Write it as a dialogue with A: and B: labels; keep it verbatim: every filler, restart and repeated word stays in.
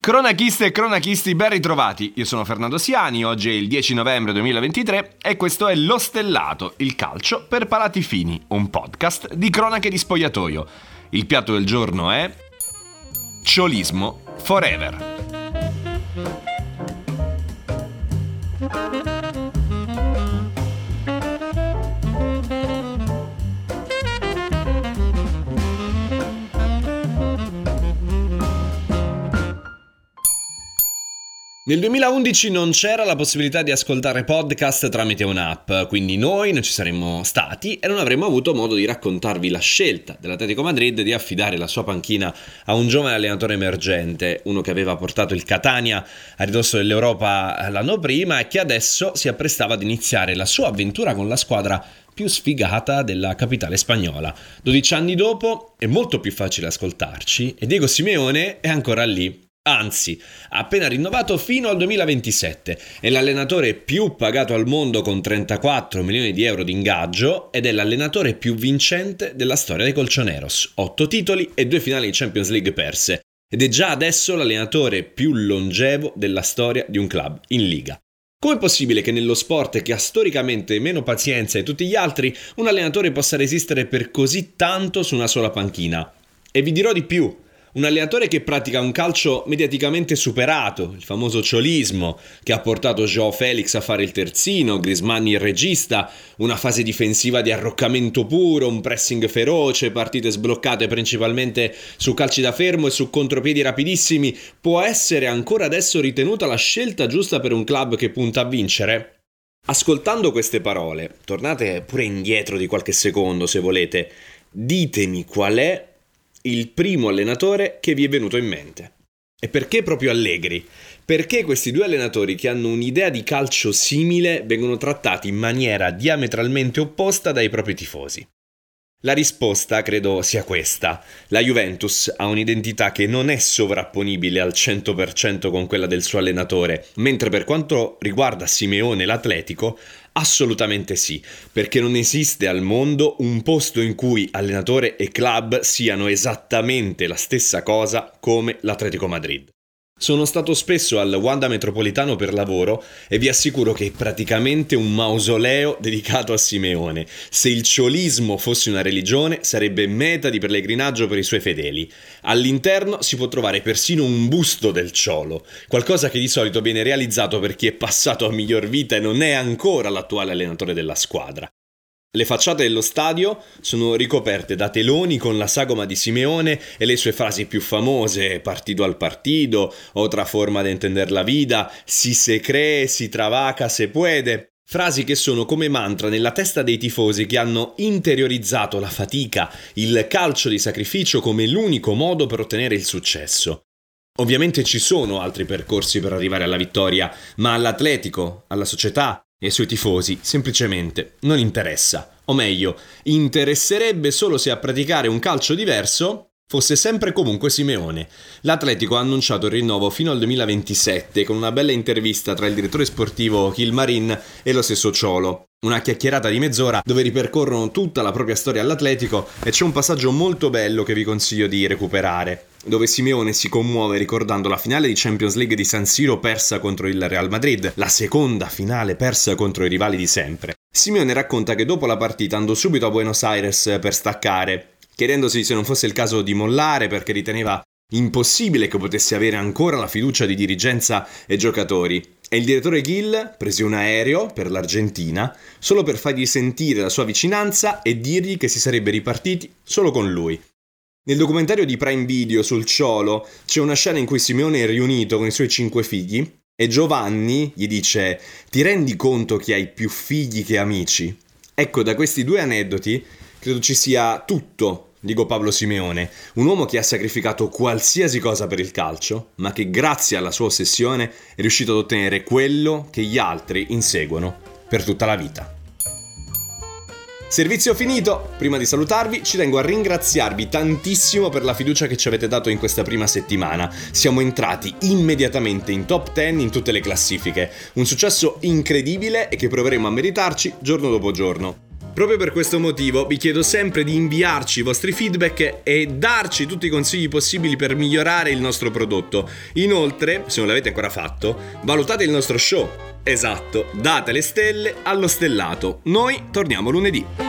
A: Cronachiste e cronachisti, ben ritrovati. Io sono Fernando Siani, oggi è il dieci novembre duemilaventitré e questo è Lo Stellato, il calcio per palati fini, un podcast di cronache di spogliatoio. Il piatto del giorno è Ciolismo Forever. Nel duemilaundici non c'era la possibilità di ascoltare podcast tramite un'app, quindi noi non ci saremmo stati e non avremmo avuto modo di raccontarvi la scelta dell'Atletico Madrid di affidare la sua panchina a un giovane allenatore emergente, uno che aveva portato il Catania a ridosso dell'Europa l'anno prima e che adesso si apprestava ad iniziare la sua avventura con la squadra più sfigata della capitale spagnola. dodici anni dopo è molto più facile ascoltarci e Diego Simeone è ancora lì. Anzi, ha appena rinnovato fino al duemilaventisette, è l'allenatore più pagato al mondo con trentaquattro milioni di euro di ingaggio ed è l'allenatore più vincente della storia dei Colchoneros, otto titoli e due finali di Champions League perse, ed è già adesso l'allenatore più longevo della storia di un club in Liga. Com'è possibile che nello sport che ha storicamente meno pazienza di tutti gli altri, un allenatore possa resistere per così tanto su una sola panchina? E vi dirò di più. Un allenatore che pratica un calcio mediaticamente superato, il famoso ciolismo, che ha portato João Félix a fare il terzino, Griezmann il regista, una fase difensiva di arroccamento puro, un pressing feroce, partite sbloccate principalmente su calci da fermo e su contropiedi rapidissimi, può essere ancora adesso ritenuta la scelta giusta per un club che punta a vincere? Ascoltando queste parole, tornate pure indietro di qualche secondo se volete, ditemi qual è il primo allenatore che vi è venuto in mente. E perché proprio Allegri? Perché questi due allenatori che hanno un'idea di calcio simile vengono trattati in maniera diametralmente opposta dai propri tifosi? La risposta credo sia questa. La Juventus ha un'identità che non è sovrapponibile al cento per cento con quella del suo allenatore, mentre per quanto riguarda Simeone l'Atletico, assolutamente sì, perché non esiste al mondo un posto in cui allenatore e club siano esattamente la stessa cosa come l'Atletico Madrid. Sono stato spesso al Wanda Metropolitano per lavoro e vi assicuro che è praticamente un mausoleo dedicato a Simeone. Se il ciolismo fosse una religione, sarebbe meta di pellegrinaggio per i suoi fedeli. All'interno si può trovare persino un busto del ciolo, qualcosa che di solito viene realizzato per chi è passato a miglior vita e non è ancora l'attuale allenatore della squadra. Le facciate dello stadio sono ricoperte da teloni con la sagoma di Simeone e le sue frasi più famose, partito al partido, otra forma de entender la vida, si se cree, si travaca, se puede. Frasi che sono come mantra nella testa dei tifosi che hanno interiorizzato la fatica, il calcio di sacrificio come l'unico modo per ottenere il successo. Ovviamente ci sono altri percorsi per arrivare alla vittoria, ma all'Atletico, alla società e ai suoi tifosi semplicemente non interessa. O meglio, interesserebbe solo se a praticare un calcio diverso fosse sempre comunque Simeone. L'Atletico ha annunciato il rinnovo fino al duemilaventisette con una bella intervista tra il direttore sportivo Gilmarín e lo stesso Cholo. Una chiacchierata di mezz'ora dove ripercorrono tutta la propria storia all'Atletico e c'è un passaggio molto bello che vi consiglio di recuperare, dove Simeone si commuove ricordando la finale di Champions League di San Siro persa contro il Real Madrid, la seconda finale persa contro i rivali di sempre. Simeone racconta che dopo la partita andò subito a Buenos Aires per staccare, chiedendosi se non fosse il caso di mollare perché riteneva impossibile che potesse avere ancora la fiducia di dirigenza e giocatori. E il direttore Gil prese un aereo per l'Argentina solo per fargli sentire la sua vicinanza e dirgli che si sarebbe ripartiti solo con lui. Nel documentario di Prime Video sul Cholo c'è una scena in cui Simeone è riunito con i suoi cinque figli e Giovanni gli dice: «Ti rendi conto che hai più figli che amici?» Ecco, da questi due aneddoti credo ci sia tutto, dico Pablo Simeone, un uomo che ha sacrificato qualsiasi cosa per il calcio, ma che grazie alla sua ossessione è riuscito ad ottenere quello che gli altri inseguono per tutta la vita. Servizio finito! Prima di salutarvi ci tengo a ringraziarvi tantissimo per la fiducia che ci avete dato in questa prima settimana. Siamo entrati immediatamente in top dieci in tutte le classifiche, un successo incredibile e che proveremo a meritarci giorno dopo giorno. Proprio per questo motivo vi chiedo sempre di inviarci i vostri feedback e darci tutti i consigli possibili per migliorare il nostro prodotto. Inoltre, se non l'avete ancora fatto, valutate il nostro show. Esatto, date le stelle allo stellato. Noi torniamo lunedì.